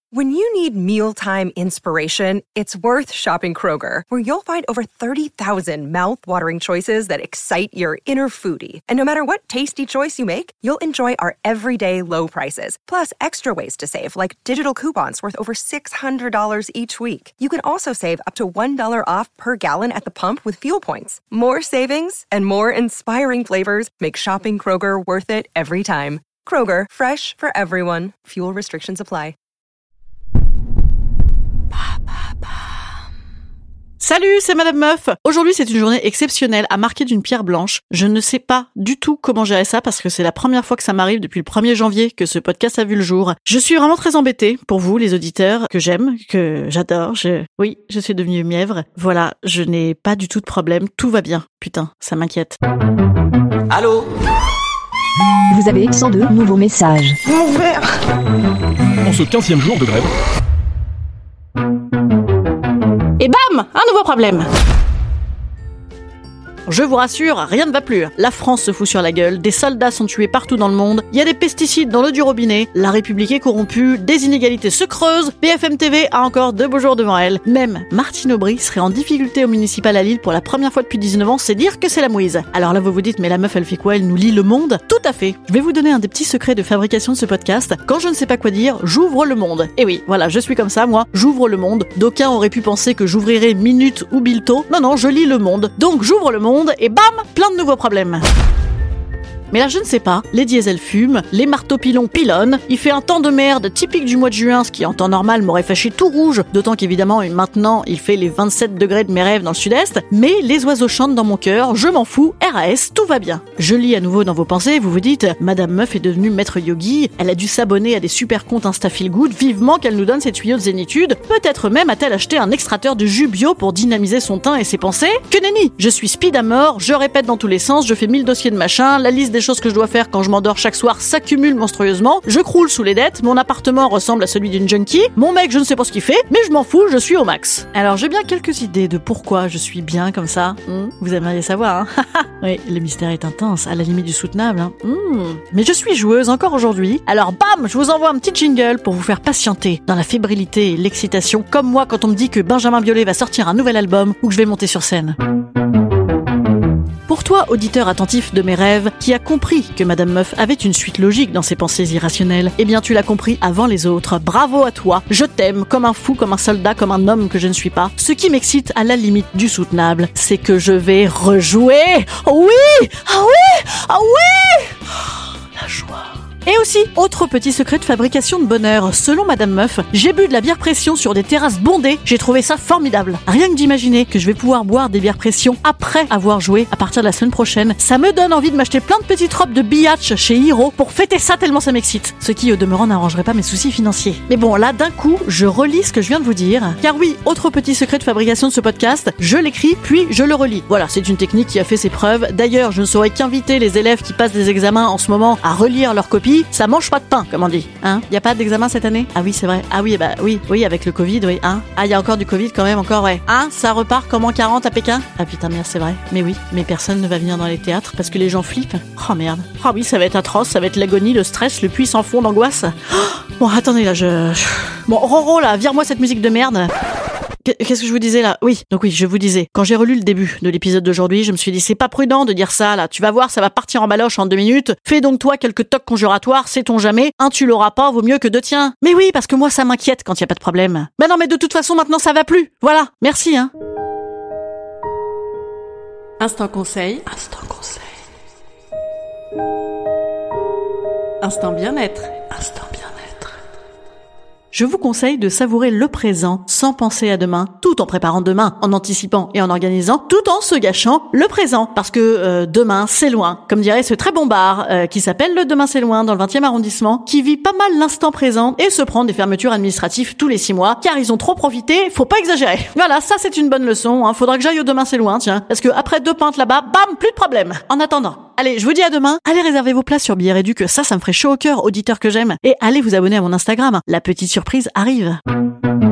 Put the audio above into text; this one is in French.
When you need mealtime inspiration, it's worth shopping Kroger, where you'll find over 30,000 mouth-watering choices that excite your inner foodie. And no matter what tasty choice you make, you'll enjoy our everyday low prices, plus extra ways to save, like digital coupons worth over $600 each week. You can also save up to $1 off per gallon at the pump with fuel points. More savings and more inspiring flavors make shopping Kroger worth it every time. Kroger, fresh for everyone. Fuel restrictions apply. Salut, c'est Madame Meuf. Aujourd'hui, c'est une journée exceptionnelle à marquer d'une pierre blanche. Je ne sais pas du tout comment gérer ça parce que c'est la première fois que ça m'arrive depuis le 1er janvier que ce podcast a vu le jour. Je suis vraiment très embêtée pour vous, les auditeurs, que j'aime, que j'adore. Oui, je suis devenue mièvre. Voilà, je n'ai pas du tout de problème. Tout va bien. Putain, ça m'inquiète. Allô ? Vous avez 102 nouveaux messages. Mon verre ! En ce 15e jour de grève. Et bam, un nouveau problème. Je vous rassure, rien ne va plus. La France se fout sur la gueule, des soldats sont tués partout dans le monde, il y a des pesticides dans l'eau du robinet, la République est corrompue, des inégalités se creusent, BFM TV a encore 2 beaux jours devant elle. Même Martine Aubry serait en difficulté au municipal à Lille pour la première fois depuis 19 ans, c'est dire que c'est la mouise. Alors là vous vous dites, mais la meuf elle fait quoi ? Elle nous lit le monde ? Tout à fait. Je vais vous donner un des petits secrets de fabrication de ce podcast. Quand je ne sais pas quoi dire, j'ouvre le monde. Et oui, voilà, je suis comme ça, moi, j'ouvre le monde. D'aucuns auraient pu penser que j'ouvrirais Minute ou Bilto. Non, je lis le monde. Donc j'ouvre le monde et bam, plein de nouveaux problèmes. Mais là, je ne sais pas, les diesels fument, les marteaux-pilons pilonnent, il fait un temps de merde typique du mois de juin, ce qui en temps normal m'aurait fâché tout rouge, d'autant qu'évidemment, maintenant, il fait les 27 degrés de mes rêves dans le sud-est, mais les oiseaux chantent dans mon cœur, je m'en fous, RAS, tout va bien. Je lis à nouveau dans vos pensées, vous vous dites, Madame Meuf est devenue maître yogi, elle a dû s'abonner à des super comptes Insta-Feel-Good, vivement qu'elle nous donne ses tuyaux de zénitude, peut-être même a-t-elle acheté un extracteur de jus bio pour dynamiser son teint et ses pensées. Que nenni, je suis speed à mort, je répète dans tous les sens, je fais 1000 dossiers de machin, la liste des choses que je dois faire quand je m'endors chaque soir s'accumule monstrueusement, je croule sous les dettes, mon appartement ressemble à celui d'une junkie, mon mec je ne sais pas ce qu'il fait, mais je m'en fous, je suis au max. Alors j'ai bien quelques idées de pourquoi je suis bien comme ça, vous aimeriez savoir, hein. Oui, le mystère est intense, à la limite du soutenable, hein. Mais je suis joueuse encore aujourd'hui, alors bam, je vous envoie un petit jingle pour vous faire patienter dans la fébrilité et l'excitation, comme moi quand on me dit que Benjamin Biolay va sortir un nouvel album ou que je vais monter sur scène. Pour toi, auditeur attentif de mes rêves, qui a compris que Madame Meuf avait une suite logique dans ses pensées irrationnelles, eh bien tu l'as compris avant les autres. Bravo à toi, je t'aime comme un fou, comme un soldat, comme un homme que je ne suis pas. Ce qui m'excite à la limite du soutenable, c'est que je vais rejouer. Oh oui, ah oui, ah oui, la joie. Et aussi, autre petit secret de fabrication de bonheur. Selon Madame Meuf, j'ai bu de la bière pression sur des terrasses bondées. J'ai trouvé ça formidable. Rien que d'imaginer que je vais pouvoir boire des bières pression après avoir joué à partir de la semaine prochaine, ça me donne envie de m'acheter plein de petites robes de biatch chez Hiro pour fêter ça tellement ça m'excite. Ce qui, au demeurant, n'arrangerait pas mes soucis financiers. Mais bon, là, d'un coup, je relis ce que je viens de vous dire. Car oui, autre petit secret de fabrication de ce podcast, je l'écris puis je le relis. Voilà, c'est une technique qui a fait ses preuves. D'ailleurs, je ne saurais qu'inviter les élèves qui passent des examens en ce moment à relire leurs copies. Ça mange pas de pain, comme on dit. Hein ? Y a pas d'examen cette année ? Ah oui, c'est vrai. Ah oui, bah oui, avec le Covid, oui. Hein ? Ah, y a encore du Covid quand même, encore, ouais. Hein ? Ça repart comme en 40 à Pékin ? Ah putain, merde, c'est vrai. Mais oui, mais personne ne va venir dans les théâtres parce que les gens flippent. Oh merde. Ah oui, ça va être atroce, ça va être l'agonie, le stress, le puits sans fond d'angoisse. Bon, attendez, là, Bon, Roro, là, vire-moi cette musique de merde. Qu'est-ce que je vous disais là ? Oui, donc oui, je vous disais, quand j'ai relu le début de l'épisode d'aujourd'hui, je me suis dit, c'est pas prudent de dire ça là, tu vas voir, ça va partir en baloche en 2 minutes, fais donc toi quelques tocs conjuratoires, sait-on jamais, un tu l'auras pas, vaut mieux que 2 tiens. Mais oui, parce que moi ça m'inquiète quand y a pas de problème. Bah non mais de toute façon maintenant ça va plus, voilà, merci hein. Instant conseil. Instant conseil. Instant bien-être. Instant bien-être. Je vous conseille de savourer le présent sans penser à demain, tout en préparant demain, en anticipant et en organisant, tout en se gâchant le présent. Parce que demain, c'est loin. Comme dirait ce très bon bar qui s'appelle le Demain c'est loin dans le 20e arrondissement, qui vit pas mal l'instant présent et se prend des fermetures administratives tous les 6 mois, car ils ont trop profité, faut pas exagérer. Voilà, ça c'est une bonne leçon, hein. Faudra que j'aille au Demain c'est loin, tiens. Parce que après 2 pintes là-bas, bam, plus de problème. En attendant, allez, je vous dis à demain, allez réserver vos places sur Billets Réduc, ça me ferait chaud au cœur, auditeur que j'aime. Et allez vous abonner à mon Instagram, la petite surprise arrive.